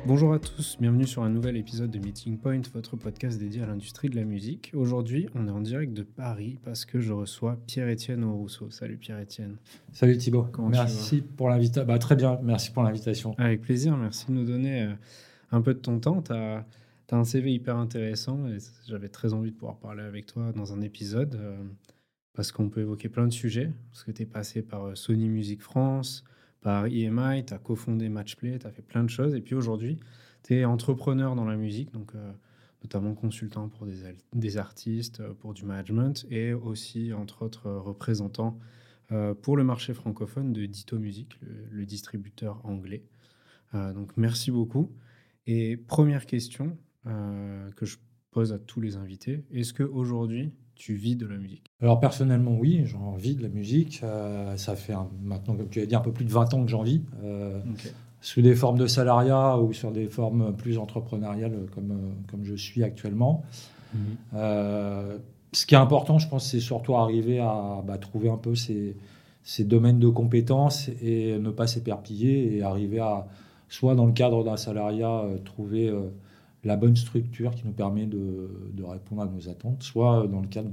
Bonjour à tous, bienvenue sur un nouvel épisode de Meeting Point, votre podcast dédié à l'industrie de la musique. Aujourd'hui, on est en direct de Paris parce que je reçois Pierre-Étienne Aurousseau. Salut Pierre-Étienne, Salut Thibaut, comment tu vas? merci pour l'invitation. Très bien, merci pour l'invitation. Avec plaisir, merci de nous donner un peu de ton temps. Tu as un CV hyper intéressant et j'avais très envie de pouvoir parler avec toi dans un épisode parce qu'on peut évoquer plein de sujets. Parce que tu es passé par Sony Music France, par EMI, tu as cofondé Matchplay, tu as fait plein de choses. Et puis aujourd'hui, tu es entrepreneur dans la musique, donc notamment consultant pour des artistes, pour du management et aussi, entre autres, représentant pour le marché francophone de Ditto Music, le distributeur anglais. Donc merci beaucoup. Et première question que je pose à tous les invités, est-ce qu'aujourd'hui, tu vis de la musique? Alors personnellement, oui, j'en vis de la musique. Ça fait maintenant, comme tu as dit, un peu plus de 20 ans que j'en vis, Ok. sous des formes de salariat ou sur des formes plus entrepreneuriales comme je suis actuellement. Mhm. Euh, Ce qui est important, je pense, c'est surtout arriver à trouver un peu ces domaines de compétences et ne pas s'éparpiller et arriver à, soit dans le cadre d'un salariat, trouver la bonne structure qui nous permet de répondre à nos attentes, soit dans le cadre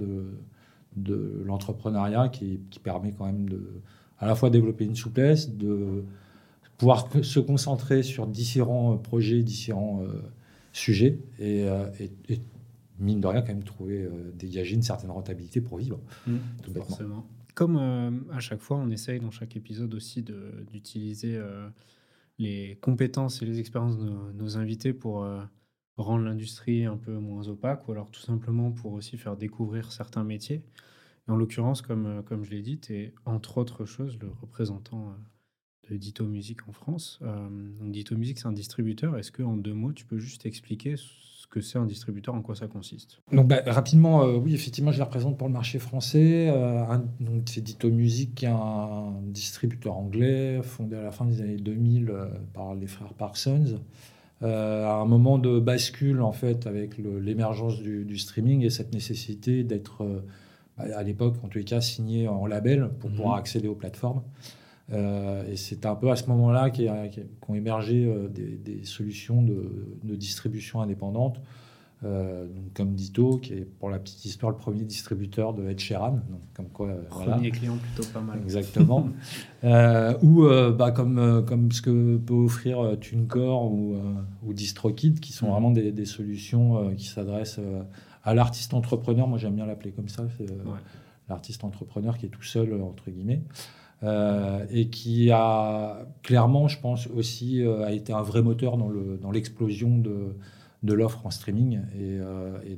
de l'entrepreneuriat qui permet quand même de à la fois développer une souplesse, de pouvoir se concentrer sur différents projets, différents sujets et mine de rien, quand même trouver, dégager une certaine rentabilité pour vivre, tout bêtement. Forcément. Comme à chaque fois, on essaye dans chaque épisode aussi d'utiliser les compétences et les expériences de nos invités pour rendre l'industrie un peu moins opaque ou alors tout simplement pour aussi faire découvrir certains métiers. Et en l'occurrence, comme je l'ai dit, tu es entre autres choses le représentant de Ditto Music en France. Donc Ditto Music, c'est un distributeur. Est-ce que en deux mots, tu peux juste expliquer ce que c'est un distributeur, en quoi ça consiste? Donc rapidement, oui, effectivement, je les représente pour le marché français. Donc c'est Ditto Music, qui est un distributeur anglais fondé à la fin des années 2000 par les frères Parsons. À un moment de bascule en fait avec l'émergence du streaming et cette nécessité d'être à l'époque en tous les cas signé en label pour pouvoir Mhm. accéder aux plateformes. Et c'est un peu à ce moment-là qu'ont émergé des solutions de distribution indépendante, donc comme Ditto, qui est pour la petite histoire le premier distributeur de Ed Sheeran, donc comme quoi, voilà, Premier client plutôt pas mal. exactement. Ou comme ce que peut offrir TuneCore ou DistroKid, qui sont Mhm. vraiment des solutions qui s'adressent à l'artiste entrepreneur. Moi, j'aime bien l'appeler comme ça. C'est Ouais. l'artiste entrepreneur qui est tout seul, entre guillemets. Et qui a clairement, je pense aussi, a été un vrai moteur dans l'explosion de l'offre en streaming et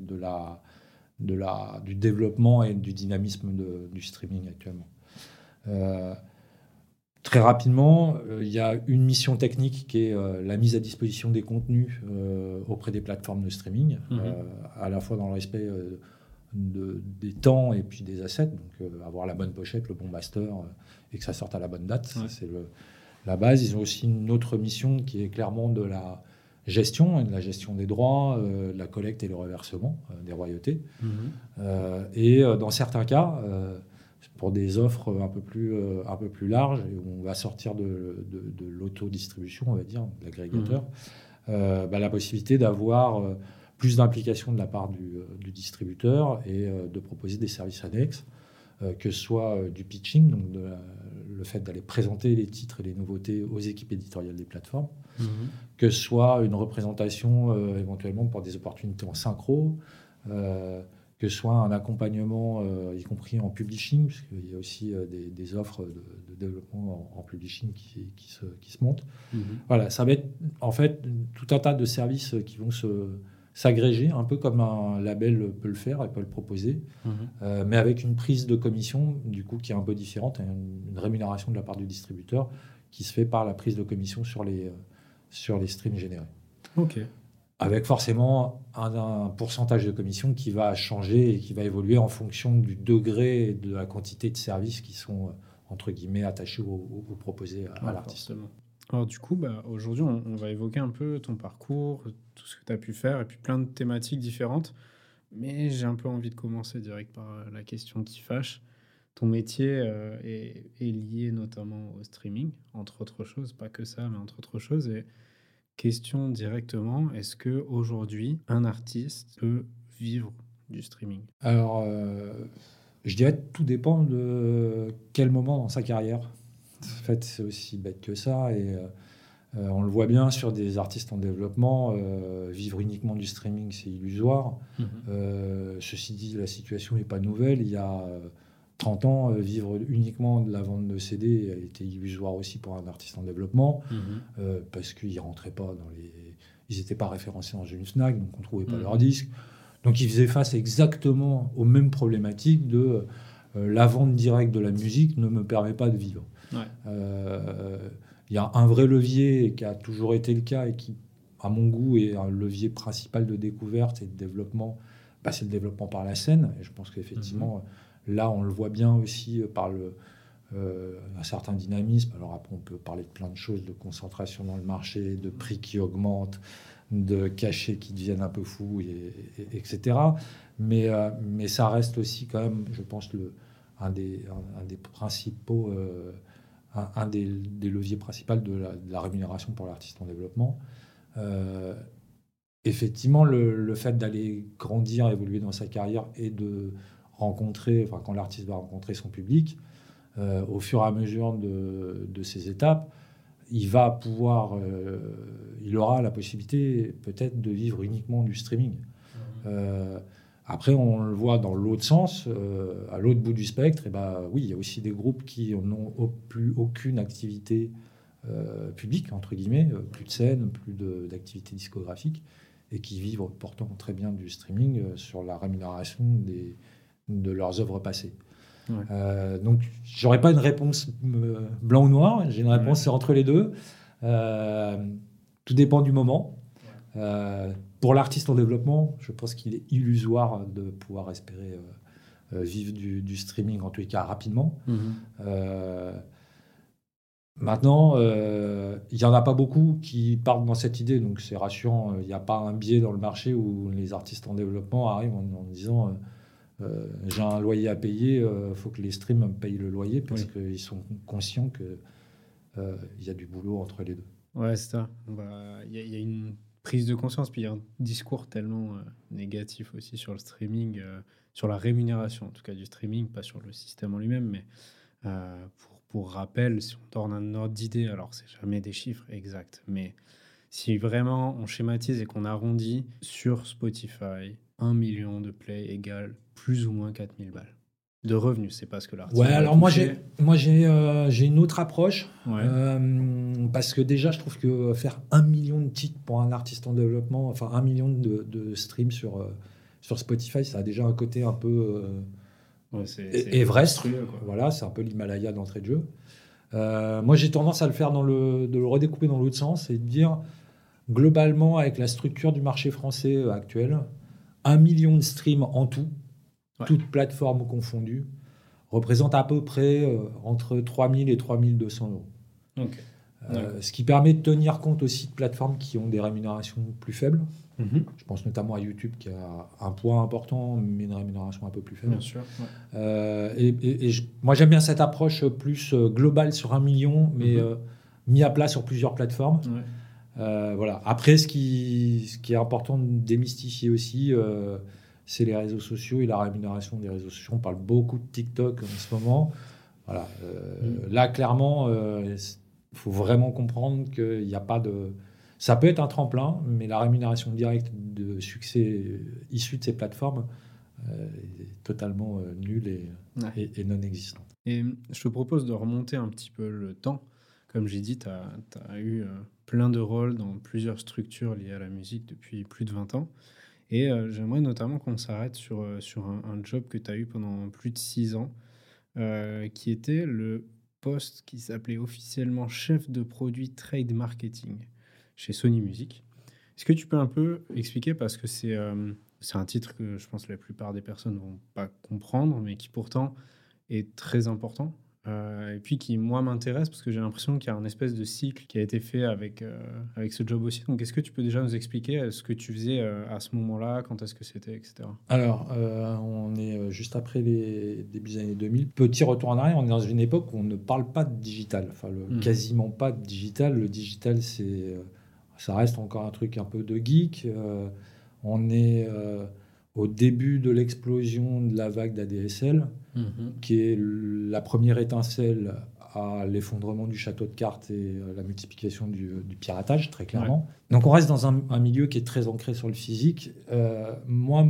du développement et du dynamisme du streaming actuellement. Euh, Très rapidement, il y a une mission technique qui est la mise à disposition des contenus auprès des plateformes de streaming, Mhm. à la fois dans le respect des temps et puis des assets, donc avoir la bonne pochette, le bon master, et que ça sorte à la bonne date, ça Ouais. c'est la base. Ils ont aussi une autre mission qui est clairement de la gestion, de la gestion des droits, de la collecte et le reversement des royautés. Mhm. Dans certains cas, pour des offres un peu plus larges, et où on va sortir de l'autodistribution, on va dire, de l'agrégateur, Mhm. la possibilité d'avoir plus d'implication de la part du distributeur et de proposer des services annexes, que ce soit du pitching, donc le fait d'aller présenter les titres et les nouveautés aux équipes éditoriales des plateformes, Mhm. que ce soit une représentation éventuellement pour des opportunités en synchro, euh, que ce soit un accompagnement, y compris en publishing, puisqu'il y a aussi des offres de développement en publishing qui se montent. Mhm. Voilà, ça va être en fait tout un tas de services qui vont s'agréger, un peu comme un label peut le faire et peut le proposer, Mhm. mais avec une prise de commission du coup qui est un peu différente, et une rémunération de la part du distributeur qui se fait par la prise de commission sur les streams générés. Ok. Avec forcément un pourcentage de commission qui va changer et qui va évoluer en fonction du degré et de la quantité de services qui sont, entre guillemets, attachés ou proposés à Ouais, l'artiste. forcément. Alors du coup, aujourd'hui, on va évoquer un peu ton parcours, tout ce que tu as pu faire, et puis plein de thématiques différentes. Mais j'ai un peu envie de commencer direct par la question qui fâche. Ton métier est lié notamment au streaming, entre autres choses, pas que ça, mais entre autres choses. Et question directement, est-ce qu'aujourd'hui, un artiste peut vivre du streaming? Alors, je dirais que tout dépend de quel moment dans sa carrière. En fait, c'est aussi bête que ça. Et on le voit bien sur des artistes en développement, vivre uniquement du streaming, c'est illusoire. Ceci dit, la situation n'est pas nouvelle. Il y a 30 ans, vivre uniquement de la vente de CD a été illusoire aussi pour un artiste en développement, parce qu'ils ne rentraient pas dans les... Ils n'étaient pas référencés dans une Fnac, donc on ne trouvait pas leurs disques. Donc ils faisaient face exactement aux mêmes problématiques de la vente directe de la musique ne me permet pas de vivre. Il y a un vrai levier qui a toujours été le cas et qui, à mon goût, est un levier principal de découverte et de développement. C'est le développement par la scène. Et je pense qu'effectivement, là, on le voit bien aussi par un certain dynamisme. Alors après, on peut parler de plein de choses, de concentration dans le marché, de prix qui augmentent, de cachets qui deviennent un peu fous, etc. Mais ça reste aussi quand même, je pense, un des principaux... un des leviers principaux de la rémunération pour l'artiste en développement. Effectivement, le fait d'aller grandir, évoluer dans sa carrière et de rencontrer, quand l'artiste va rencontrer son public, au fur et à mesure de ces étapes, il aura la possibilité peut-être de vivre uniquement du streaming. Après, on le voit dans l'autre sens, à l'autre bout du spectre. Et oui, il y a aussi des groupes qui n'ont plus aucune activité publique, entre guillemets, plus de scène, plus d'activité discographique, et qui vivent pourtant très bien du streaming sur la rémunération de leurs œuvres passées. Donc, j'aurais pas une réponse blanc ou noir. J'ai une réponse, c'est entre les deux. Tout dépend du moment. Pour l'artiste en développement, je pense qu'il est illusoire de pouvoir espérer vivre du streaming, en tous les cas rapidement. Maintenant, il n'y en a pas beaucoup qui partent dans cette idée, donc c'est rassurant. Il n'y a pas un biais dans le marché où les artistes en développement arrivent en disant j'ai un loyer à payer, il faut que les streams me payent le loyer, parce qu'ils sont conscients qu'il y a du boulot entre les deux. Ouais, c'est ça. Il y a une prise de conscience, puis il y a un discours tellement négatif aussi sur le streaming, sur la rémunération en tout cas du streaming, pas sur le système en lui-même, mais pour rappel, si on donne un ordre d'idée, alors c'est jamais des chiffres exacts, mais si vraiment on schématise et qu'on arrondit sur Spotify, 1 million de plays égale plus ou moins 4000 balles de revenus. C'est pas ce que l'artiste va alors toucher. moi j'ai une autre approche, parce que déjà je trouve que faire 1 million de titres pour un artiste en développement, enfin 1 million de streams sur Spotify, ça a déjà un côté un peu Everest. Voilà, c'est un peu l'Himalaya d'entrée de jeu. Moi j'ai tendance à le faire de le redécouper dans l'autre sens et de dire globalement, avec la structure du marché français actuel, 1 million de streams en tout, toutes plateformes confondues, représente à peu près entre 3 000 et 3 200 €. Ce qui permet de tenir compte aussi de plateformes qui ont des rémunérations plus faibles. Je pense notamment à YouTube qui a un poids important, mais une rémunération un peu plus faible. Bien sûr. Moi, j'aime bien cette approche plus globale sur 1 million, mais mis à plat sur plusieurs plateformes. Voilà. Après, ce qui est important de démystifier aussi, c'est les réseaux sociaux et la rémunération des réseaux sociaux. On parle beaucoup de TikTok en ce moment. Voilà. Là, clairement, il faut vraiment comprendre qu'il n'y a pas de... Ça peut être un tremplin, mais la rémunération directe de succès issue de ces plateformes est totalement nulle et non existante. Et je te propose de remonter un petit peu le temps. Comme j'ai dit, tu as eu plein de rôles dans plusieurs structures liées à la musique depuis plus de 20 ans. Et j'aimerais notamment qu'on s'arrête sur un job que tu as eu pendant plus de 6 ans, qui était le poste qui s'appelait officiellement chef de produit trade marketing chez Sony Music. Est-ce que tu peux un peu expliquer, parce que c'est un titre que je pense que la plupart des personnes ne vont pas comprendre, mais qui pourtant est très important, et puis qui, moi, m'intéresse parce que j'ai l'impression qu'il y a un espèce de cycle qui a été fait avec ce job aussi. Donc, est-ce que tu peux déjà nous expliquer ce que tu faisais à ce moment-là, quand est-ce que c'était, etc. Alors, on est juste après les débuts des années 2000. Petit retour en arrière, on est dans une époque où on ne parle pas de digital, quasiment pas de digital. Le digital, ça reste encore un truc un peu de geek. On est au début de l'explosion de la vague d'ADSL, qui est la première étincelle à l'effondrement du château de cartes et la multiplication du piratage, très clairement. Ouais. Donc on reste dans un milieu qui est très ancré sur le physique. Moi,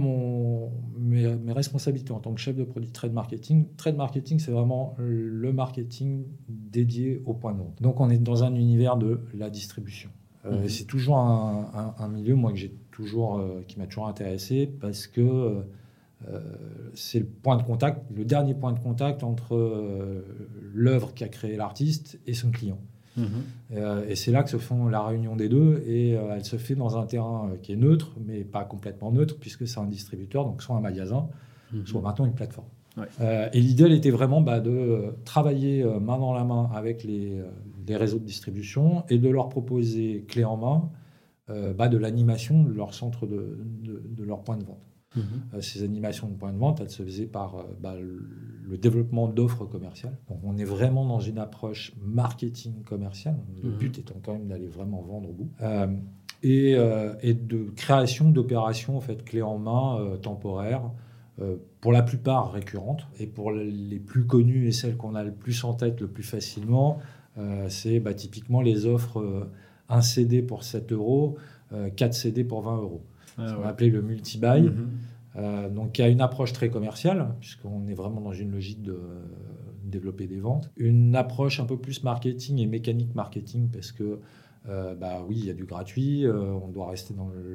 mes responsabilités en tant que chef de produit trade marketing, c'est vraiment le marketing dédié au point de vente. Donc on est dans un univers de la distribution. C'est toujours un milieu, moi, qui m'a toujours intéressé, parce que c'est le point de contact, le dernier point de contact entre l'œuvre qu'a créée l'artiste et son client. Et c'est là que se font la réunion des deux, et elle se fait dans un terrain qui est neutre, mais pas complètement neutre, puisque c'est un distributeur, donc soit un magasin, soit maintenant une plateforme. Ouais. Et l'idée, elle était vraiment de travailler main dans la main avec les réseaux de distribution et de leur proposer clé en main de l'animation de leur centre de leur point de vente. Ces animations de point de vente, elles se faisaient par le développement d'offres commerciales. Donc on est vraiment dans une approche marketing commercial. Le but étant quand même d'aller vraiment vendre au bout. Et de création d'opérations en fait, clés en main temporaires, pour la plupart récurrentes. Et pour les plus connues et celles qu'on a le plus en tête le plus facilement, c'est typiquement les offres 1 CD pour 7 €, 4 CD pour 20 €. Ce qu'on appelait le multi-buy. Donc, il y a une approche très commerciale, puisqu'on est vraiment dans une logique de développer des ventes. Une approche un peu plus marketing et mécanique marketing, parce que, oui, il y a du gratuit, on doit rester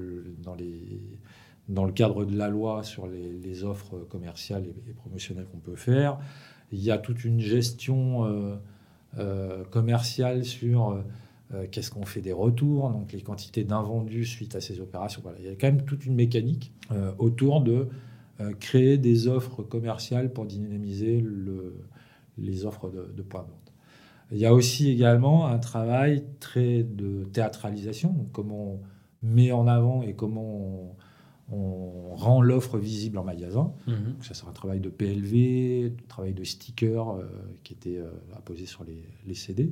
dans le cadre de la loi sur les offres commerciales et promotionnelles qu'on peut faire. Il y a toute une gestion commerciale sur qu'est-ce qu'on fait des retours, donc les quantités d'invendus suite à ces opérations. Voilà. Il y a quand même toute une mécanique autour de créer des offres commerciales pour dynamiser les offres de points de vente. Il y a aussi également un travail très de théâtralisation, donc comment on met en avant et comment on rend l'offre visible en magasin. Donc ça, c'est un travail de PLV, un travail de sticker qui était apposé sur les CD.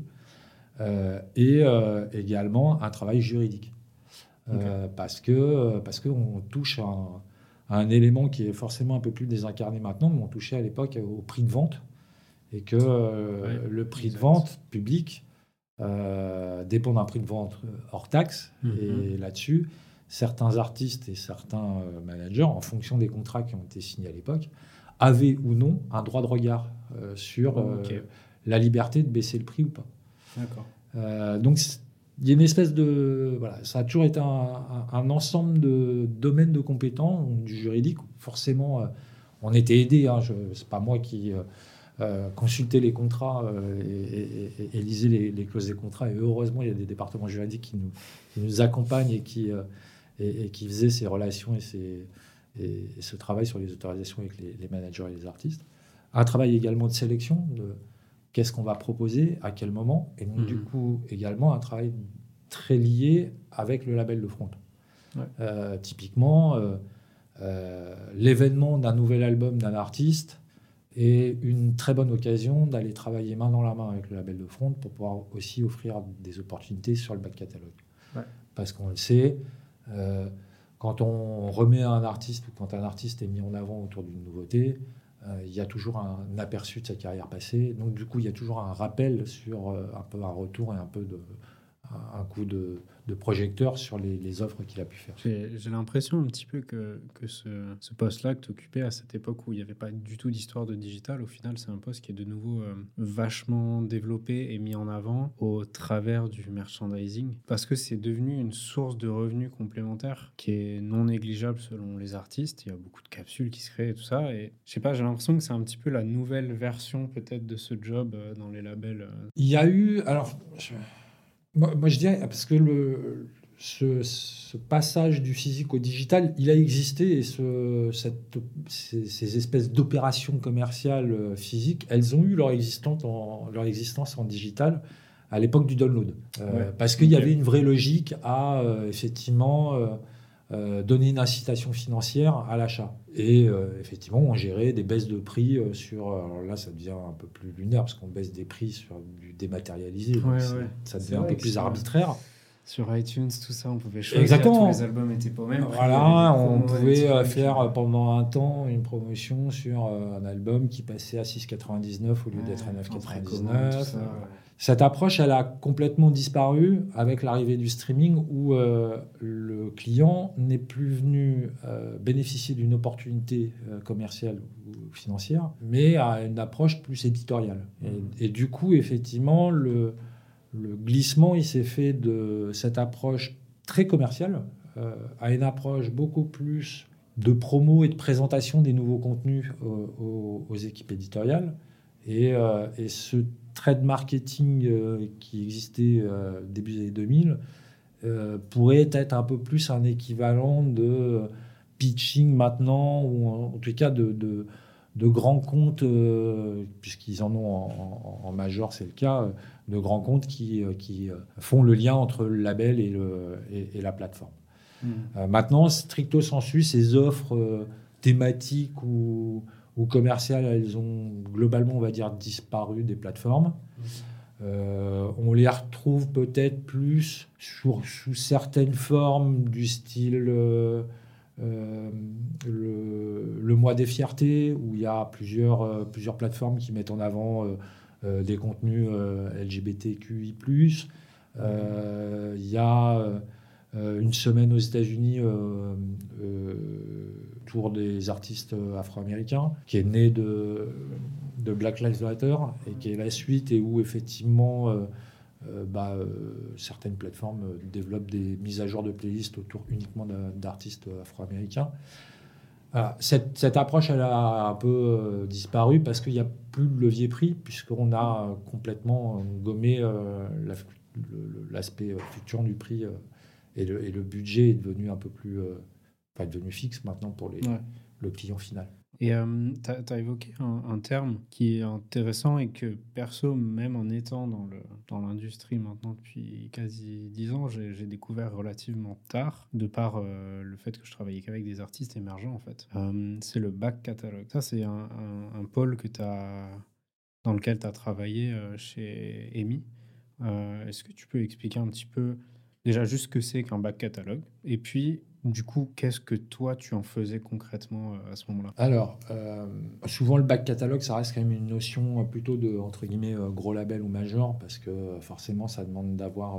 Et également un travail juridique. Parce qu'on touche à un élément qui est forcément un peu plus désincarné maintenant, mais on touchait à l'époque au prix de vente. Et que le prix de vente public dépend d'un prix de vente hors taxe. Et là-dessus, certains artistes et certains managers, en fonction des contrats qui ont été signés à l'époque, avaient ou non un droit de regard sur la liberté de baisser le prix ou pas. D'accord. Donc, il y a une espèce de... Voilà, ça a toujours été un ensemble de domaines de compétences, du juridique. Forcément, on était aidés. Ce n'est pas moi qui consultais les contrats et lisais les clauses des contrats. Et heureusement, il y a des départements juridiques qui nous accompagnent et qui faisaient ces relations et ce travail sur les autorisations avec les managers et les artistes. Un travail également de sélection, de qu'est-ce qu'on va proposer, à quel moment, et donc du coup également un travail très lié avec le label de Fronton. Typiquement, l'événement d'un nouvel album d'un artiste est une très bonne occasion d'aller travailler main dans la main avec le label de Fronton pour pouvoir aussi offrir des opportunités sur le back catalogue. Parce qu'on le sait, quand on remet un artiste ou quand un artiste est mis en avant autour d'une nouveauté, il y a toujours un aperçu de sa carrière passée. Donc, du coup, il y a toujours un rappel sur un peu un retour et un peu un coup de projecteur sur les offres qu'il a pu faire. J'ai l'impression un petit peu que ce poste-là que tu occupais à cette époque où il n'y avait pas du tout d'histoire de digital, au final, c'est un poste qui est de nouveau vachement développé et mis en avant au travers du merchandising, parce que c'est devenu une source de revenus complémentaires qui est non négligeable selon les artistes. Il y a beaucoup de capsules qui se créent et tout ça. Et je sais pas, j'ai l'impression que c'est un petit peu la nouvelle version peut-être de ce job dans les labels. Il y a eu... Alors... Moi, je dirais, parce que ce passage du physique au digital, il a existé, et ces espèces d'opérations commerciales physiques, elles ont eu leur existence en digital à l'époque du download. Parce qu'il y avait une vraie logique à, effectivement, donner une incitation financière à l'achat. Et effectivement, on gérait des baisses de prix alors là, ça devient un peu plus lunaire, parce qu'on baisse des prix sur du dématérialisé. Ça devient un peu plus arbitraire. Sur iTunes, tout ça, on pouvait choisir. Exactement. Tous les albums n'étaient pas au même prix. Voilà, on pouvait faire pendant un temps une promotion sur un album qui passait à 6,99 au lieu d'être à 9,99. Cette approche, elle a complètement disparu avec l'arrivée du streaming où le client n'est plus venu bénéficier d'une opportunité commerciale ou financière, mais à une approche plus éditoriale. Et du coup, effectivement, le glissement, il s'est fait de cette approche très commerciale à une approche beaucoup plus de promo et de présentation des nouveaux contenus aux équipes éditoriales. Et ce trade marketing qui existait début des années 2000 pourrait être un peu plus un équivalent de pitching maintenant, ou en tout cas de grands comptes, puisqu'ils en ont en major, c'est le cas, de grands comptes qui font le lien entre le label et la plateforme. Maintenant, stricto sensu, ces offres thématiques ou commerciales, elles ont globalement, on va dire, disparu des plateformes. On les retrouve peut-être plus sous certaines formes du style le mois des fiertés, où il y a plusieurs plateformes qui mettent en avant des contenus LGBTQI+. Il y a une semaine aux États-Unis autour des artistes afro-américains, qui est née de Black Lives Matter et qui est la suite, et où effectivement certaines plateformes développent des mises à jour de playlists autour uniquement d'artistes afro-américains. Voilà. Cette approche, elle a un peu disparu parce qu'il n'y a plus de levier prix, puisqu'on a complètement gommé l'aspect fluctuant du prix et le budget est devenu un peu plus est devenu fixe maintenant pour le client final. Et tu as évoqué un terme qui est intéressant et que perso, même en étant dans l'industrie maintenant depuis quasi 10 ans, j'ai découvert relativement tard, de par le fait que je travaillais qu'avec des artistes émergents en fait. C'est le back catalogue. Ça, c'est un pôle dans lequel tu as travaillé chez EMI. Est-ce que tu peux expliquer un petit peu déjà juste ce que c'est qu'un back catalogue, et puis du coup, qu'est-ce que toi, tu en faisais concrètement à ce moment-là? Alors, souvent, le back catalogue, ça reste quand même une notion plutôt de, entre guillemets, gros label ou major, parce que forcément, ça demande d'avoir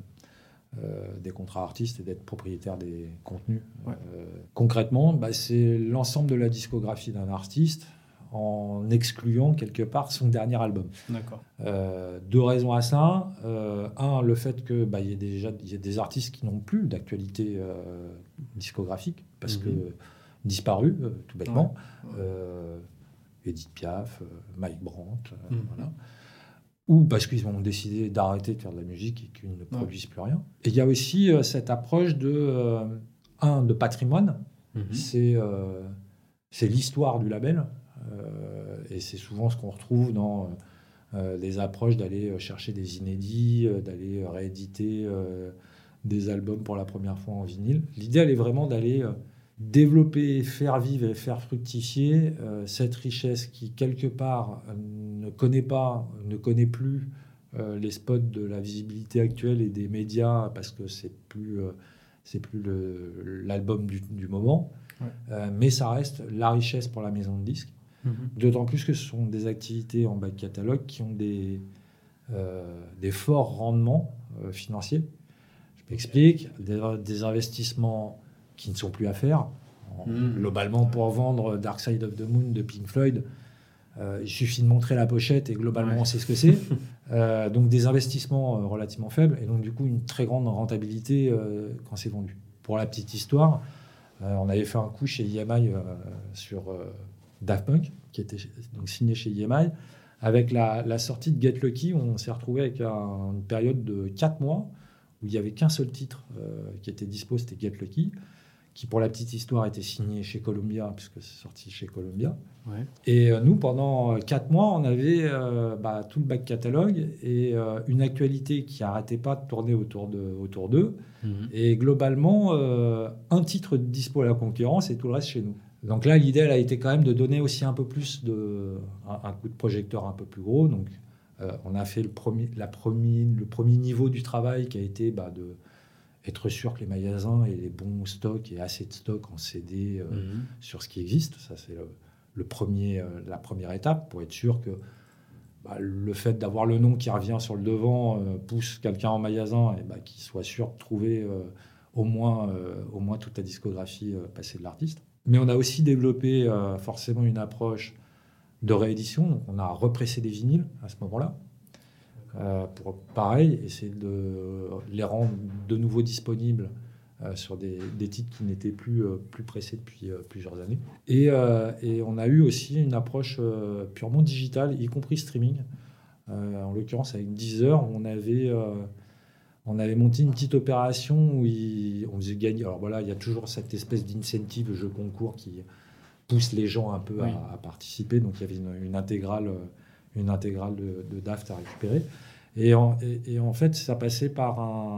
des contrats artistes et d'être propriétaire des contenus. Ouais. Concrètement, c'est l'ensemble de la discographie d'un artiste, en excluant quelque part son dernier album. D'accord. Deux raisons à ça. Un, le fait que il y a des artistes qui n'ont plus d'actualité discographique parce que disparus, tout bêtement. Edith Piaf, Mike Brandt, voilà. Ou parce qu'ils ont décidé d'arrêter de faire de la musique et qu'ils ne produisent plus rien. Et il y a aussi cette approche de patrimoine. C'est l'histoire du label. Et c'est souvent ce qu'on retrouve dans des approches d'aller chercher des inédits, d'aller rééditer des albums pour la première fois en vinyle. L'idée, elle est vraiment d'aller développer, faire vivre et faire fructifier cette richesse qui, quelque part, ne connaît plus les spots de la visibilité actuelle et des médias, parce que c'est plus l'album du moment. Mais ça reste la richesse pour la maison de disques. D'autant plus que ce sont des activités en back catalogue qui ont des forts rendements financiers. Je m'explique, des investissements qui ne sont plus à faire. Globalement, pour vendre Dark Side of the Moon de Pink Floyd, il suffit de montrer la pochette et globalement on sait ce que c'est. Donc des investissements relativement faibles et donc du coup une très grande rentabilité quand c'est vendu. Pour la petite histoire, on avait fait un coup chez EMI sur Daft Punk, qui était donc signé chez EMI. Avec la sortie de Get Lucky, on s'est retrouvé avec une période de 4 mois où il n'y avait qu'un seul titre qui était dispo, c'était Get Lucky, qui pour la petite histoire était signé chez Columbia, puisque c'est sorti chez Columbia. Ouais. Et nous, pendant 4 mois, on avait tout le back catalogue et une actualité qui n'arrêtait pas de tourner autour d'eux. Et globalement, un titre dispo à la concurrence et tout le reste chez nous. Donc là, l'idée, elle a été quand même de donner aussi un peu plus un coup de projecteur un peu plus gros. Donc, on a fait le premier niveau du travail qui a été être sûr que les magasins aient les bons stocks et assez de stocks en CD sur ce qui existe. Ça, c'est la première étape pour être sûr que le fait d'avoir le nom qui revient sur le devant pousse quelqu'un en magasin et qu'il soit sûr de trouver au moins toute la discographie passée de l'artiste. Mais on a aussi développé forcément une approche de réédition. Donc on a repressé des vinyles à ce moment-là. Pour, pareil, essayer de les rendre de nouveau disponibles sur des titres qui n'étaient plus pressés depuis plusieurs années. Et on a eu aussi une approche purement digitale, y compris streaming. En l'occurrence, avec Deezer, on avait monté une petite opération où on faisait gagner. Alors voilà, il y a toujours cette espèce d'incentive jeu concours qui pousse les gens un peu à participer. Donc il y avait une intégrale de Daft à récupérer. Et en fait, ça passait par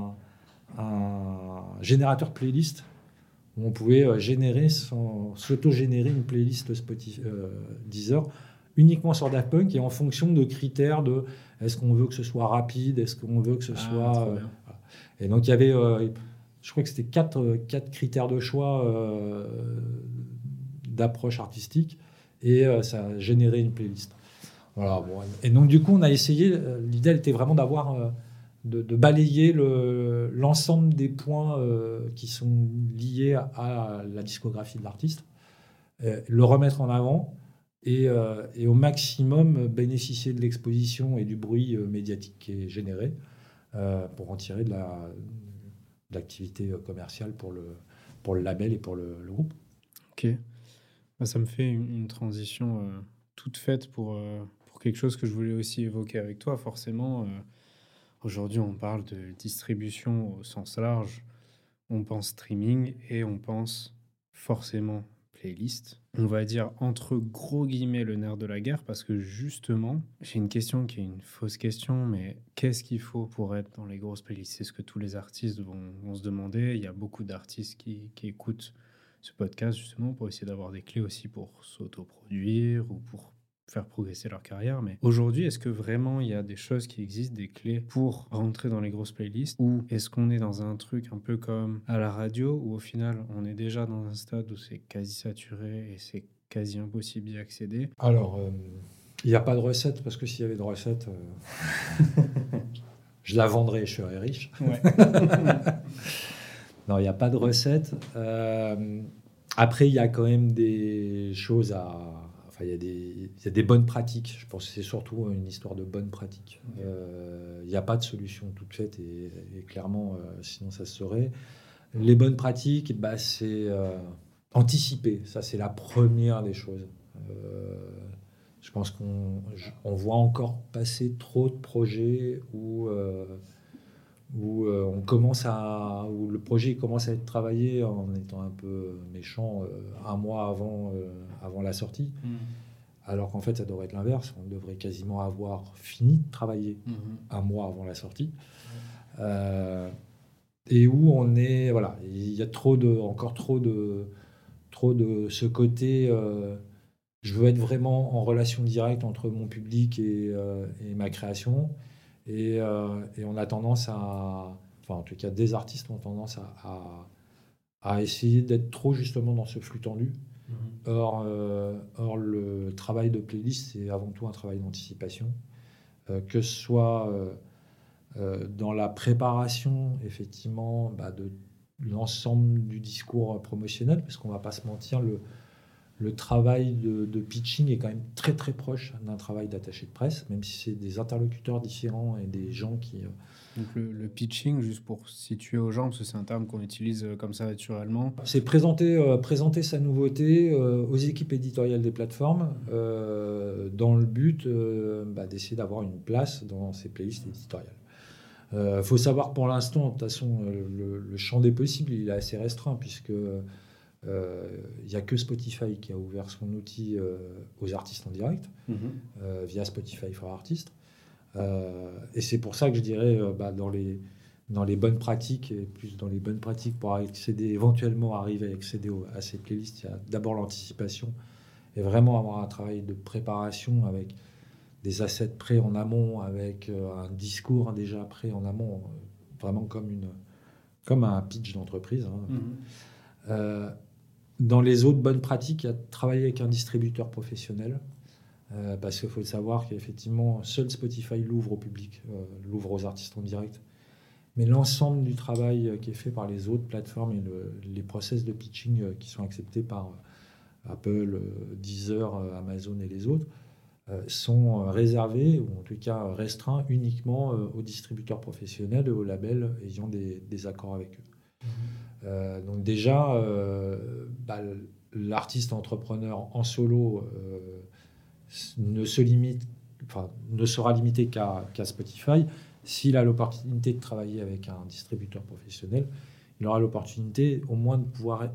un générateur playlist où on pouvait s'auto-générer une playlist Spotify, Deezer uniquement sur Daft Punk et en fonction de critères de est-ce qu'on veut que ce soit rapide, est-ce qu'on veut que ce soit... voilà. Et donc il y avait, je crois que c'était quatre critères de choix d'approche artistique et ça a généré une playlist. Voilà, bon. Et donc du coup on a essayé, l'idée était vraiment d'avoir de balayer l'ensemble des points qui sont liés à la discographie de l'artiste, le remettre en avant et au maximum bénéficier de l'exposition et du bruit médiatique qui est généré pour en tirer de l'activité commerciale pour le label et pour le groupe. Ok. Ça me fait une transition toute faite pour quelque chose que je voulais aussi évoquer avec toi. Forcément, aujourd'hui, on parle de distribution au sens large. On pense streaming et on pense forcément playlist. On va dire entre gros guillemets le nerf de la guerre parce que justement, j'ai une question qui est une fausse question, mais qu'est-ce qu'il faut pour être dans les grosses playlists? C'est ce que tous les artistes vont se demander. Il y a beaucoup d'artistes qui écoutent ce podcast justement pour essayer d'avoir des clés aussi pour s'autoproduire ou pour faire progresser leur carrière. Mais aujourd'hui, est-ce que vraiment il y a des choses qui existent, des clés pour rentrer dans les grosses playlists, ou est-ce qu'on est dans un truc un peu comme à la radio où au final on est déjà dans un stade où c'est quasi saturé et c'est quasi impossible d'y accéder? Alors, il n'y a pas de recette parce que s'il y avait de recette, je la vendrais et je serais riche. Ouais. Non, il n'y a pas de recette. Après, il y a quand même des choses Enfin, il y a des bonnes pratiques. Je pense que c'est surtout une histoire de bonnes pratiques. Il n'y a pas de solution toute faite et clairement, sinon ça se saurait. Les bonnes pratiques, c'est anticiper. Ça, c'est la première des choses. Je pense qu'on voit encore passer trop de projets où où le projet commence à être travaillé en étant un peu méchant un mois avant la sortie, alors qu'en fait ça devrait être l'inverse. On devrait quasiment avoir fini de travailler un mois avant la sortie. Et où on est, voilà, il y a encore trop de ce côté. Je veux être vraiment en relation directe entre mon public et ma création. Et on a tendance enfin en tout cas des artistes ont tendance à essayer d'être trop justement dans ce flux tendu. Or le travail de playlist, c'est avant tout un travail d'anticipation, que ce soit dans la préparation effectivement de l'ensemble du discours promotionnel, parce qu'on ne va pas se mentir, le travail de pitching est quand même très très proche d'un travail d'attaché de presse, même si c'est des interlocuteurs différents et des gens qui... Donc le pitching, juste pour situer aux gens, parce que c'est un terme qu'on utilise comme ça naturellement. C'est présenter sa nouveauté aux équipes éditoriales des plateformes dans le but d'essayer d'avoir une place dans ces playlists éditoriales. Faut savoir pour l'instant, de toute façon, le champ des possibles, il est assez restreint puisque... il n'y a que Spotify qui a ouvert son outil aux artistes en direct via Spotify for Artists. Et c'est pour ça que je dirais dans les bonnes pratiques et plus dans les bonnes pratiques pour éventuellement arriver à accéder à ces playlists, il y a d'abord l'anticipation et vraiment avoir un travail de préparation avec des assets prêts en amont, avec un discours déjà prêt en amont, vraiment comme comme un pitch d'entreprise. Mhm. Dans les autres bonnes pratiques, il y a de travailler avec un distributeur professionnel. Parce qu'il faut savoir qu'effectivement, seul Spotify l'ouvre au public, l'ouvre aux artistes en direct. Mais l'ensemble du travail qui est fait par les autres plateformes et les process de pitching qui sont acceptés par Apple, Deezer, Amazon et les autres, sont réservés, ou en tout cas restreints uniquement aux distributeurs professionnels et aux labels ayant des accords avec eux. Donc déjà, l'artiste entrepreneur en solo ne sera limité qu'à Spotify. S'il a l'opportunité de travailler avec un distributeur professionnel, il aura l'opportunité au moins de pouvoir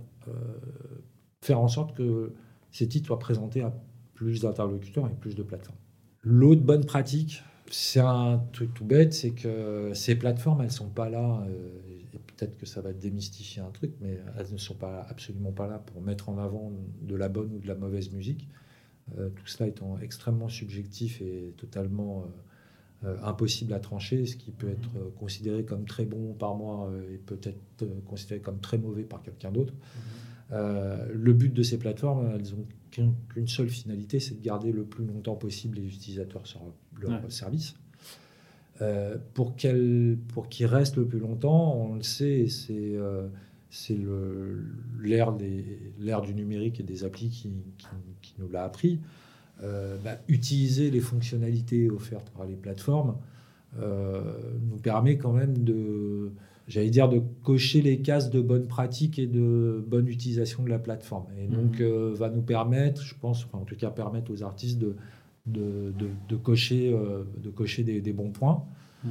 faire en sorte que ces titres soient présentés à plus d'interlocuteurs et plus de plateformes. L'autre bonne pratique, c'est un truc tout bête, c'est que ces plateformes, elles ne sont pas là, et peut-être que ça va démystifier un truc, mais elles ne sont absolument pas là pour mettre en avant de la bonne ou de la mauvaise musique. Tout cela étant extrêmement subjectif et totalement impossible à trancher, ce qui peut être considéré comme très bon par moi et peut-être considéré comme très mauvais par quelqu'un d'autre. Le but de ces plateformes, elles n'ont qu'une seule finalité, c'est de garder le plus longtemps possible les utilisateurs sur leur service. Pour qu'ils restent le plus longtemps, on le sait, c'est l'ère du numérique et des applis qui nous l'a appris. Utiliser les fonctionnalités offertes par les plateformes nous permet quand même de cocher les cases de bonne pratique et de bonne utilisation de la plateforme. Et donc, va nous permettre, je pense, en tout cas permettre aux artistes de cocher des bons points.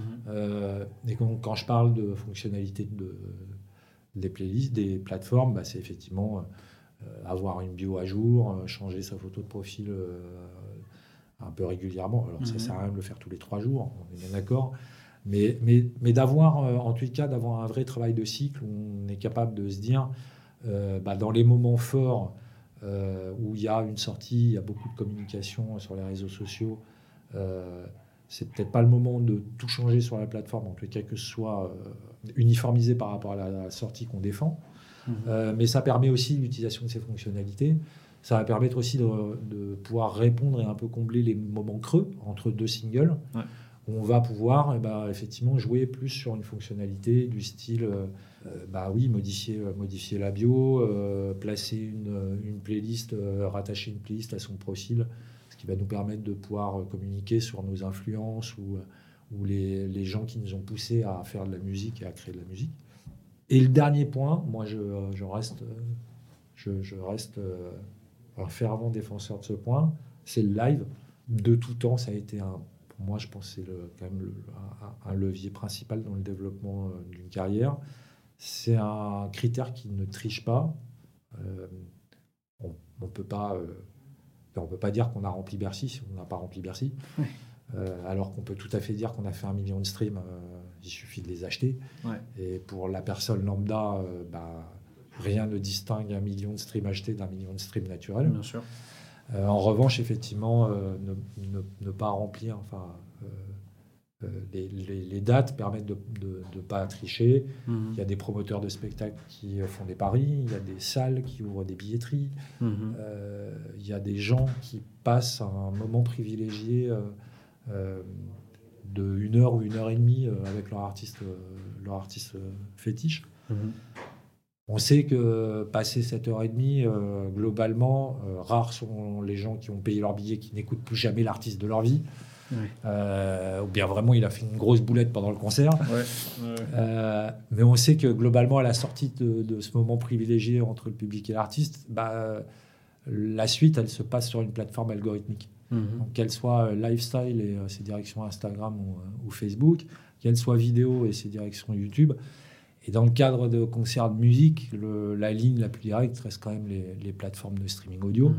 Et quand je parle de fonctionnalités des playlists, des plateformes, c'est effectivement avoir une bio à jour, changer sa photo de profil un peu régulièrement. Alors, ça sert à rien de le faire tous les 3 jours, on est bien d'accord. Mais d'avoir, en tout cas, d'avoir un vrai travail de cycle où on est capable de se dire, dans les moments forts où il y a une sortie, il y a beaucoup de communication sur les réseaux sociaux, c'est peut-être pas le moment de tout changer sur la plateforme, en tout cas que ce soit uniformisé par rapport à la sortie qu'on défend. Mais ça permet aussi l'utilisation de ces fonctionnalités. Ça va permettre aussi de pouvoir répondre et un peu combler les moments creux entre 2 singles. Ouais. Où on va pouvoir effectivement jouer plus sur une fonctionnalité du style modifier la bio, placer une playlist, rattacher une playlist à son profil, ce qui va nous permettre de pouvoir communiquer sur nos influences ou les gens qui nous ont poussés à faire de la musique et à créer de la musique. Et le dernier point, moi je reste un fervent défenseur de ce point, c'est le live. De tout temps, ça a été pour moi, je pense que c'est quand même un levier principal dans le développement d'une carrière. C'est un critère qui ne triche pas. On peut pas dire qu'on a rempli Bercy si on n'a pas rempli Bercy. Ouais. Alors qu'on peut tout à fait dire qu'on a fait 1 million de streams, il suffit de les acheter. Ouais. Et pour la personne lambda, rien ne distingue 1 million de streams achetés d'1 million de streams naturels. Bien sûr. En revanche, effectivement, ne pas remplir, les dates permettent de ne pas tricher. Il y a des promoteurs de spectacles qui font des paris, il y a des salles qui ouvrent des billetteries, il y a des gens qui passent un moment privilégié de 1 heure ou 1 heure et demie avec leur artiste fétiche. On sait que passé 7h30, globalement, rares sont les gens qui ont payé leur billet, qui n'écoutent plus jamais l'artiste de leur vie. Ouais. Ou bien vraiment, il a fait une grosse boulette pendant le concert. Ouais. Mais on sait que globalement, à la sortie de ce moment privilégié entre le public et l'artiste, la suite, elle se passe sur une plateforme algorithmique. Donc, qu'elle soit lifestyle et ses directions Instagram ou Facebook, qu'elle soit vidéo et ses directions YouTube. Et dans le cadre de concerts de musique, la ligne la plus directe reste quand même les plateformes de streaming audio.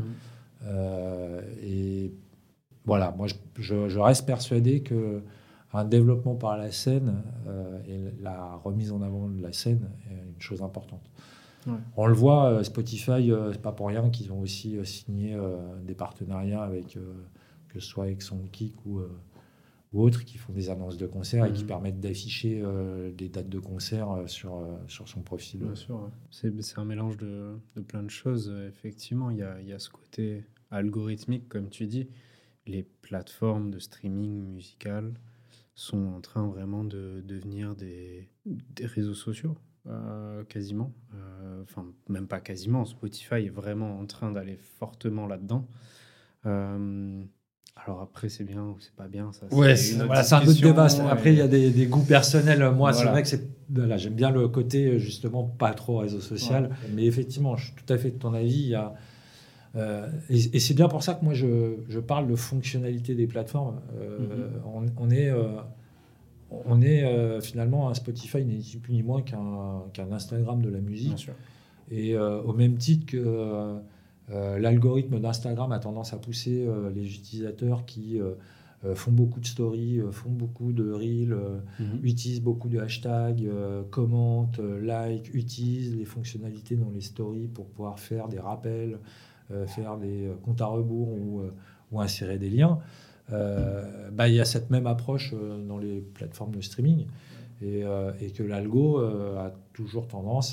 Et voilà, moi je reste persuadé qu'un développement par la scène et la remise en avant de la scène est une chose importante. Ouais. On le voit, Spotify, c'est pas pour rien qu'ils ont aussi signé des partenariats avec, que ce soit avec Soundkick ou autres qui font des annonces de concerts et qui Mhm. permettent d'afficher des dates de concert sur son profil. Bien sûr, ouais. C'est un mélange de plein de choses. Effectivement, il y a ce côté algorithmique, comme tu dis. Les plateformes de streaming musical sont en train vraiment de devenir des réseaux sociaux, quasiment. Enfin, même pas quasiment. Spotify est vraiment en train d'aller fortement là-dedans. Euh, alors après, c'est bien ou c'est pas bien, ça, Ouais, c'est une autre voilà, c'est un autre débat. discussion. Après, il y a des goûts personnels. Moi, c'est Voilà. vrai que voilà, j'aime bien le côté justement pas trop réseau social. Ouais. Mais effectivement, je suis tout à fait de ton avis. Et c'est bien pour ça que moi, je parle de fonctionnalité des plateformes. Mhm. On est finalement un Spotify, ni plus ni moins qu'un Instagram de la Bien musique. sûr. Et au même titre que l'algorithme d'Instagram a tendance à pousser les utilisateurs qui font beaucoup de stories, font beaucoup de reels, Mhm. utilisent beaucoup de hashtags, commentent, like, utilisent les fonctionnalités dans les stories pour pouvoir faire des rappels, faire des comptes à rebours ou insérer des liens. Il y a cette même approche dans les plateformes de streaming et que l'algo a toujours tendance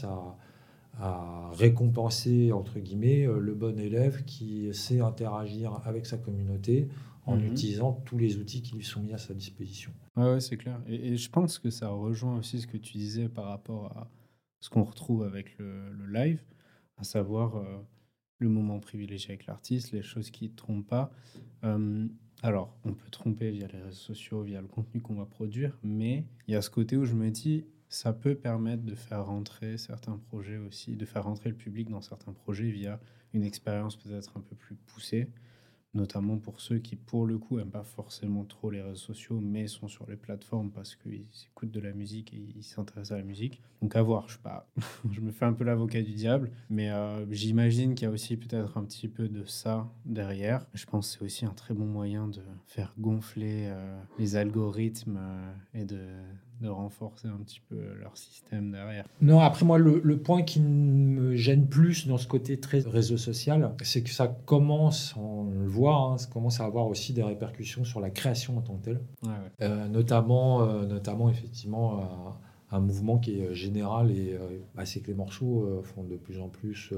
à récompenser, entre guillemets, le bon élève qui sait interagir avec sa communauté en Mhm. utilisant tous les outils qui lui sont mis à sa disposition. Ouais, ouais, c'est clair. Et je pense que ça rejoint aussi ce que tu disais par rapport à ce qu'on retrouve avec le live, à savoir le moment privilégié avec l'artiste, les choses qui ne trompent pas. Euh, alors, on peut tromper via les réseaux sociaux, via le contenu qu'on va produire, mais il y a ce côté où je me dis, ça peut permettre de faire rentrer certains projets aussi, de faire rentrer le public dans certains projets via une expérience peut-être un peu plus poussée, notamment pour ceux qui, pour le coup, n'aiment pas forcément trop les réseaux sociaux, mais sont sur les plateformes parce qu'ils écoutent de la musique et ils s'intéressent à la musique. Donc à voir, je sais pas, je me fais un peu l'avocat du diable, mais j'imagine qu'il y a aussi peut-être un petit peu de ça derrière. Je pense que c'est aussi un très bon moyen de faire gonfler les algorithmes et de renforcer un petit peu leur système derrière. Non, après moi, le point qui me gêne plus dans ce côté très réseau social, c'est que ça commence, on le voit, hein, ça commence à avoir aussi des répercussions sur la création en tant que telle. Ouais, ouais. Notamment effectivement un mouvement qui est général c'est que les morceaux font de plus en plus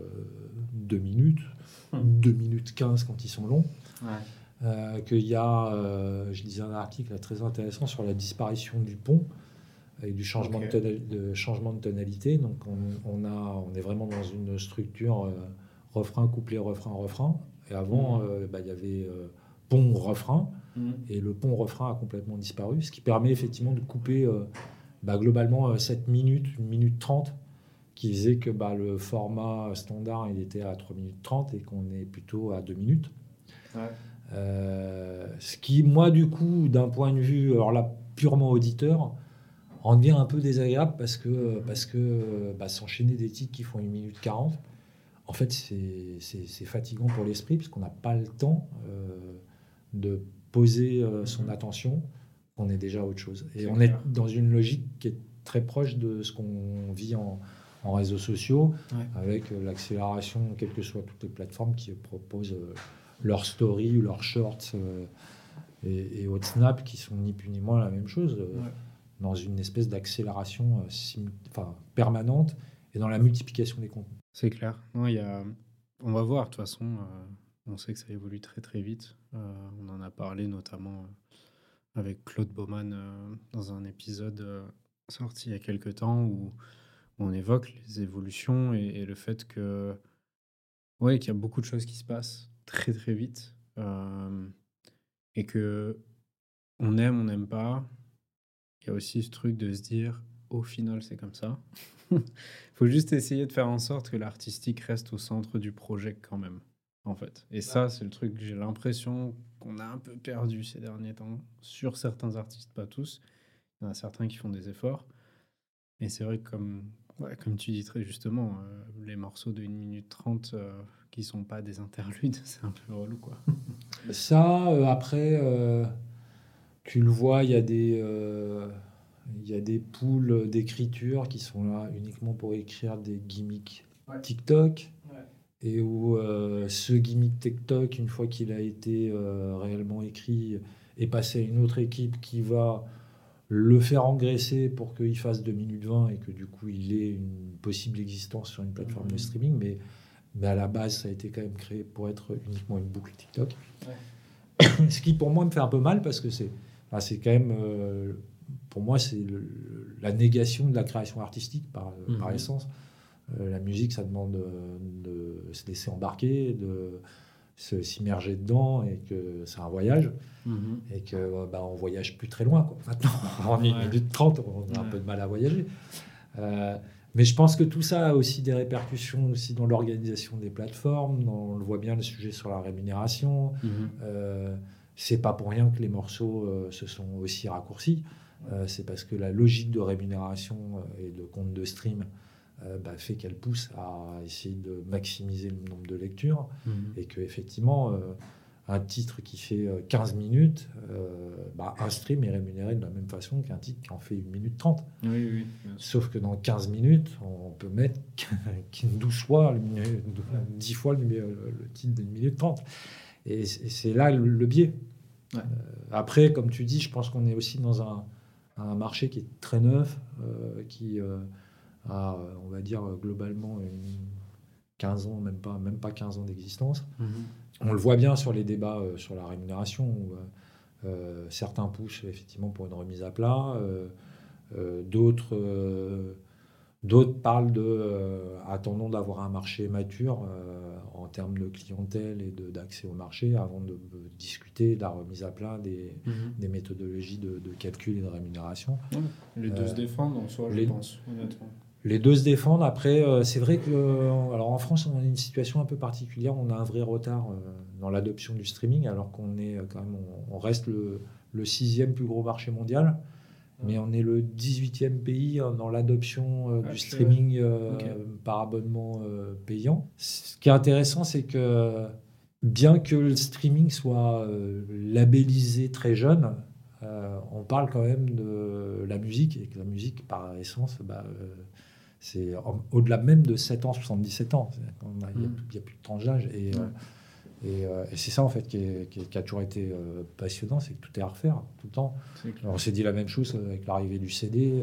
2 minutes, 2 minutes 15 quand ils sont longs. Ouais. Qu'il y a, je lisais un article là, très intéressant sur la disparition du pont avec du changement, Ok. changement de tonalité. Donc on est vraiment dans une structure refrain, couplet, refrain, refrain. Et avant, Mhm. il y avait pont, refrain. Mhm. Et le pont refrain a complètement disparu, ce qui permet effectivement de couper globalement 7 minutes, 1 minute 30, qui faisait que le format standard il était à 3 minutes 30 et qu'on est plutôt à 2 minutes. Ouais. Ce qui, moi, du coup, d'un point de vue alors là, purement auditeur, en devient un peu désagréable parce que s'enchaîner des titres qui font 1 minute 40, en fait, c'est fatigant pour l'esprit parce qu'on n'a pas le temps de poser son attention, on est déjà à autre chose. Et C'est on est clair. dans une logique qui est très proche de ce qu'on vit en réseaux sociaux, Ouais. avec l'accélération, quelles que soient toutes les plateformes qui proposent leurs stories ou leurs shorts et autres snaps qui sont ni plus ni moins la même chose, Ouais. dans une espèce d'accélération permanente et dans la multiplication des contenus. C'est clair. Non, on va voir, de toute façon, on sait que ça évolue très très vite. On en a parlé notamment avec Claude Baumann dans un épisode sorti il y a quelques temps où on évoque les évolutions et le fait que, ouais, qu'il y a beaucoup de choses qui se passent très très vite et que on n'aime pas. Il y a aussi ce truc de se dire, au final, c'est comme ça. Faut juste essayer de faire en sorte que l'artistique reste au centre du projet quand même, en fait. Et ça, c'est le truc que j'ai l'impression qu'on a un peu perdu ces derniers temps sur certains artistes, pas tous. Il y en a certains qui font des efforts. Et c'est vrai que ouais, comme tu dis très justement, les morceaux de 1 minute 30 qui sont pas des interludes, c'est un peu relou, quoi. Ça, après, tu le vois, il y a des pools d'écriture qui sont là uniquement pour écrire des gimmicks Ouais. TikTok. Ouais. Et où ce gimmick TikTok, une fois qu'il a été réellement écrit, est passé à une autre équipe qui va le faire engraisser pour qu'il fasse 2 minutes 20 et que du coup il ait une possible existence sur une plateforme de streaming, mais à la base ça a été quand même créé pour être uniquement une boucle TikTok. Ce qui pour moi me fait un peu mal parce que c'est quand même pour moi c'est la négation de la création artistique par essence. La musique, ça demande de se laisser embarquer, de s'immerger dedans, et que c'est un voyage, et que on voyage plus très loin, quoi. Maintenant, en 1 minute 30, on a un peu de mal à voyager. Mais je pense que tout ça a aussi des répercussions aussi dans l'organisation des plateformes. On le voit bien, le sujet sur la rémunération. C'est pas pour rien que les morceaux se sont aussi raccourcis. C'est parce que la logique de rémunération et de compte de stream fait qu'elle pousse à essayer de maximiser le nombre de lectures, et qu'effectivement, un titre qui fait 15 minutes, un stream est rémunéré de la même façon qu'un titre qui en fait 1 minute 30. Oui. Sauf que dans 15 minutes, on peut mettre 12 fois, 10 fois le titre d'1 minute 30. Et c'est là le biais. Après, comme tu dis, je pense qu'on est aussi dans un marché qui est très neuf, qui a, on va dire, globalement 15 ans, même pas 15 ans d'existence. On le voit bien sur les débats sur la rémunération, où certains poussent effectivement pour une remise à plat, d'autres parlent attendons d'avoir un marché mature en termes de clientèle et d'accès au marché avant de discuter de la remise à plat des méthodologies de calcul et de rémunération. Les deux se défendent en soi, je pense, honnêtement. Les deux se défendent. Après, c'est vrai que, alors en France, on a une situation un peu particulière. On a un vrai retard dans l'adoption du streaming, alors qu'on est quand même, on reste le 6e plus gros marché mondial, mais on est le 18e pays dans l'adoption du streaming par abonnement payant. Ce qui est intéressant, c'est que bien que le streaming soit labellisé très jeune, on parle quand même de la musique, et que la musique, par essence, c'est au-delà même de 7 ans, 77 ans. Il n'y a plus de tranche d'âge. Et c'est ça, en fait, qui a toujours été passionnant, c'est que tout est à refaire, tout le temps. Alors, on s'est dit la même chose avec l'arrivée du CD.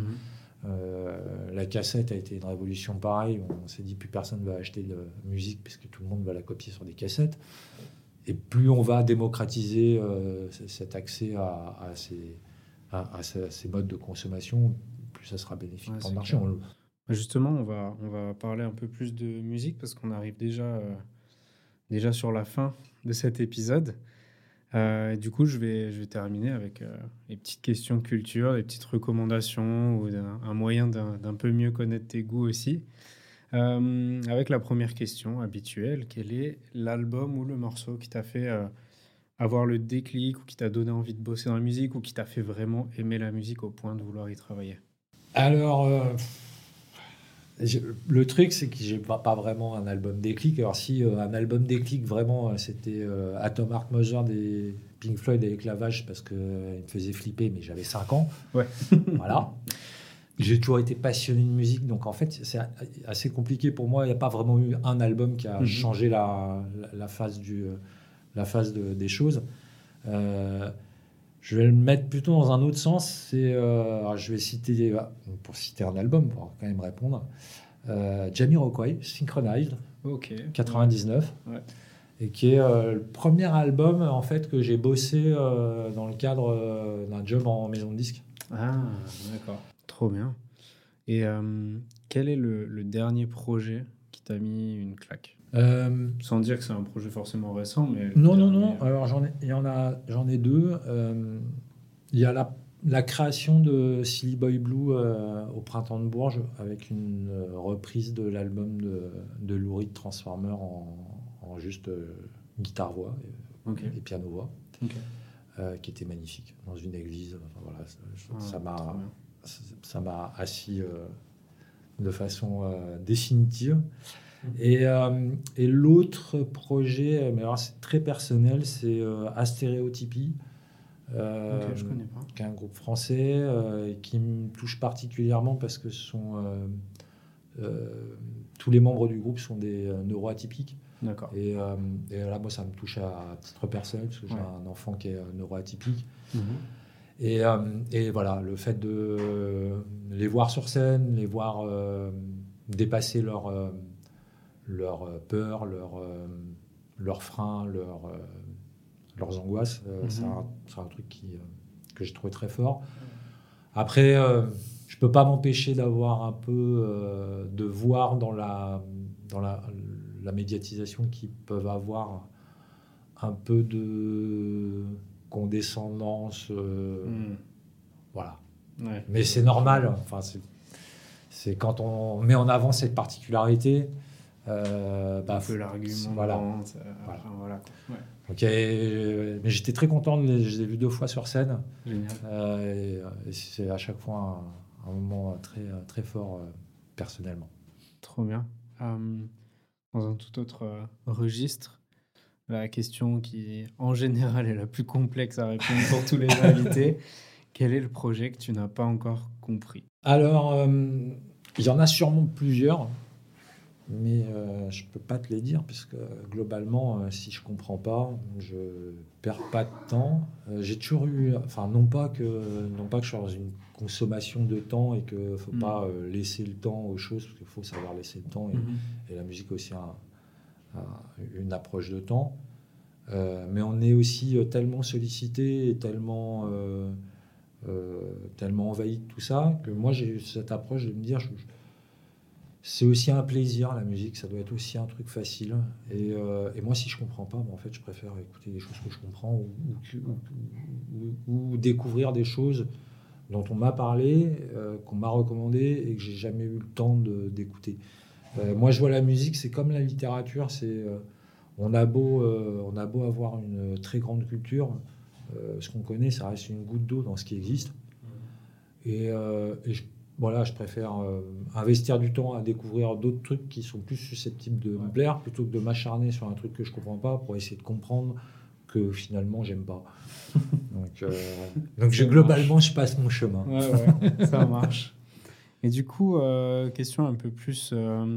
La cassette a été une révolution pareille. On s'est dit plus personne ne va acheter de musique puisque tout le monde va la copier sur des cassettes. Et plus on va démocratiser cet accès à ces modes de consommation, plus ça sera bénéfique pour le marché. Justement, on va parler un peu plus de musique parce qu'on arrive déjà sur la fin de cet épisode. Du coup, je vais terminer avec les petites questions culture, les petites recommandations ou un moyen d'un peu mieux connaître tes goûts aussi. Avec la première question habituelle, quel est l'album ou le morceau qui t'a fait avoir le déclic, ou qui t'a donné envie de bosser dans la musique, ou qui t'a fait vraiment aimer la musique au point de vouloir y travailler? Alors, le truc, c'est que j'ai pas vraiment un album déclic. Alors si un album déclic, vraiment, c'était Atom Heart Mother des Pink Floyd avec la vache, parce qu'il me faisait flipper, mais j'avais 5 ans. Ouais. Voilà. J'ai toujours été passionné de musique, donc en fait, c'est assez compliqué pour moi. Il n'y a pas vraiment eu un album qui a changé la phase des choses. Je vais le mettre plutôt dans un autre sens. Je vais citer, pour citer un album, pour quand même répondre, Jamiroquai, Synchronized, 99, et qui est le premier album en fait que j'ai bossé dans le cadre d'un job en maison de disques. Ah, d'accord. Trop bien. Et quel est le dernier projet qui t'a mis une claque? Sans dire que c'est un projet forcément récent, mais... Non. Alors, j'en ai deux. Il y a la création de Silly Boy Blue au Printemps de Bourges, avec une reprise de l'album de Lou Reed, Transformer, en juste guitare-voix et piano-voix, qui était magnifique, dans une église. Enfin, voilà, ça m'a assis de façon définitive. Et l'autre projet, mais alors c'est très personnel, c'est Astéréotypie, je connais pas. qui est un groupe français qui me touche particulièrement parce que tous les membres du groupe sont des neuroatypiques. D'accord. Et là, moi, ça me touche à titre personnel, parce que j'ai un enfant qui est neuroatypique. Et voilà, le fait de les voir sur scène, les voir dépasser leur peur, leurs freins, leurs angoisses, c'est un truc que j'ai trouvé très fort. Après, je peux pas m'empêcher d'avoir un peu de voir dans la médiatisation qu'ils peuvent avoir un peu de condescendance, voilà. Ouais. Mais c'est normal. Enfin, c'est quand on met en avant cette particularité. Un peu l'argument de vente. Voilà. Enfin, voilà. Ouais. Donc, mais j'étais très content. Je les ai vus 2 fois sur scène. Génial. Et c'est à chaque fois un moment très, très fort personnellement. Trop bien. Dans un tout autre registre, la question qui, en général, est la plus complexe à répondre pour tous les invités. Quel est le projet que tu n'as pas encore compris? Alors, il y en a sûrement plusieurs, mais je ne peux pas te les dire, puisque globalement, si je ne comprends pas, je ne perds pas de temps. J'ai toujours eu, enfin, non pas que je sois dans une consommation de temps et qu'il ne faut pas laisser le temps aux choses, parce qu'il faut savoir laisser le temps, et la musique aussi une approche de temps. Mais on est aussi tellement sollicité et tellement envahi de tout ça, que moi j'ai eu cette approche de me dire c'est aussi un plaisir, la musique, ça doit être aussi un truc facile. Et moi, si je comprends pas, en fait, je préfère écouter des choses que je comprends ou découvrir des choses dont on m'a parlé, qu'on m'a recommandé et que j'ai jamais eu le temps d'écouter. Moi, je vois la musique, c'est comme la littérature, on a beau avoir une très grande culture, ce qu'on connaît, ça reste une goutte d'eau dans ce qui existe. Et je préfère investir du temps à découvrir d'autres trucs qui sont plus susceptibles de me plaire, plutôt que de m'acharner sur un truc que je comprends pas pour essayer de comprendre que finalement j'aime pas. Donc globalement, je passe mon chemin. Ouais, ça marche. Et du coup, question un peu plus,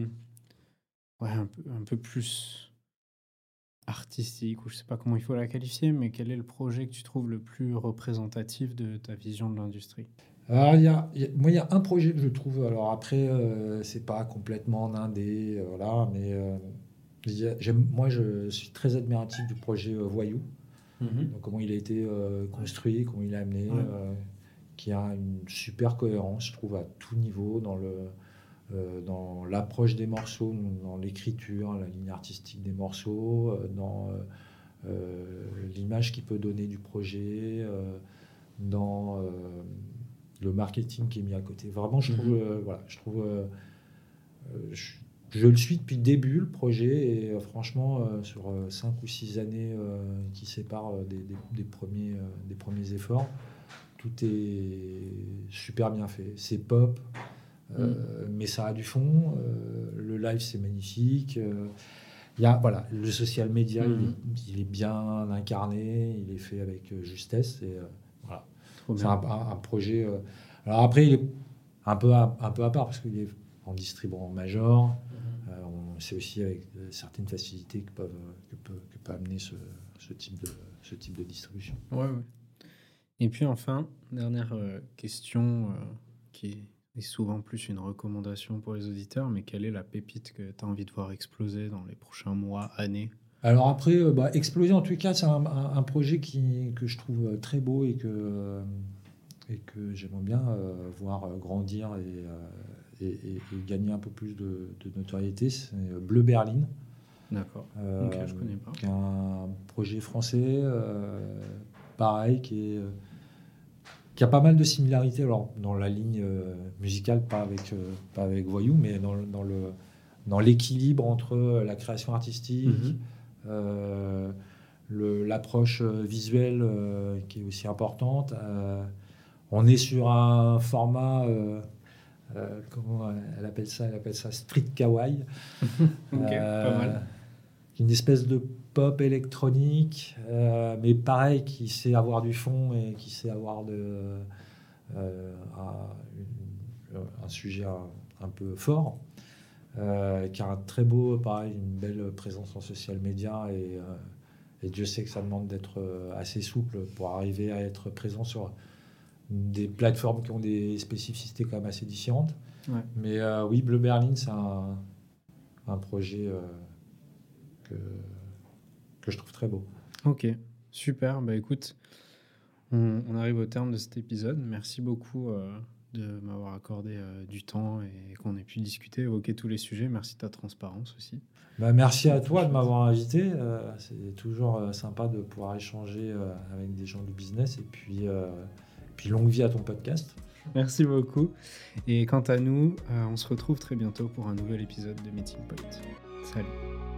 un peu plus artistique, ou je sais pas comment il faut la qualifier, mais quel est le projet que tu trouves le plus représentatif de ta vision de l'industrie? Alors, il y a un projet que je trouve. Alors après, c'est pas complètement en indé, voilà, mais moi, je suis très admiratif du projet Voyou. Donc, comment il a été construit, comment il a amené, qui a une super cohérence, je trouve, à tout niveau, dans l'approche des morceaux, dans l'écriture, la ligne artistique des morceaux, dans l'image qu'il peut donner du projet, dans le marketing qui est mis à côté. Vraiment, je trouve, je le suis depuis le début, le projet, et franchement, sur 5 ou 6 années qui séparent des premiers efforts, tout est super bien fait. C'est pop, mais ça a du fond. Le live, c'est magnifique. Le social media, il est bien incarné, il est fait avec justesse. Et voilà. C'est un projet. Alors après, il est un peu à part parce qu'il est en distribuant major. C'est aussi avec certaines facilités que peut amener ce type de distribution. Ouais. Et puis enfin, dernière question qui est souvent plus une recommandation pour les auditeurs, mais quelle est la pépite que tu as envie de voir exploser dans les prochains mois, années? Alors après, exploser en tout cas, c'est un projet que je trouve très beau et que j'aimerais bien voir grandir et gagner un peu plus de notoriété. C'est Bleu Berlin. D'accord. Ok, je connais pas. Qui est un projet français, pareil, qui a pas mal de similarités. Alors, dans la ligne musicale, pas avec Voyou, mais dans l'équilibre entre la création artistique, l'approche visuelle qui est aussi importante. On est sur un format, comment elle appelle ça? Elle appelle ça street kawaii. Ok, pas mal. Une espèce de pop électronique, mais pareil, qui sait avoir du fond et qui sait avoir un sujet un peu fort. qui a un très beau, pareil, une belle présence en social media et Dieu sait que ça demande d'être assez souple pour arriver à être présent sur des plateformes qui ont des spécificités quand même assez différentes. Ouais. Mais oui, Bleu Berlin, c'est un projet que je trouve très beau. Ok, super. Bah écoute, on arrive au terme de cet épisode. Merci beaucoup de m'avoir accordé du temps et qu'on ait pu discuter, évoquer tous les sujets. Merci de ta transparence aussi. Bah, merci à toi de m'avoir invité. C'est toujours sympa de pouvoir échanger avec des gens du business. Et puis longue vie à ton podcast. Merci beaucoup. Et quant à nous, on se retrouve très bientôt pour un nouvel épisode de Meeting Point. Salut.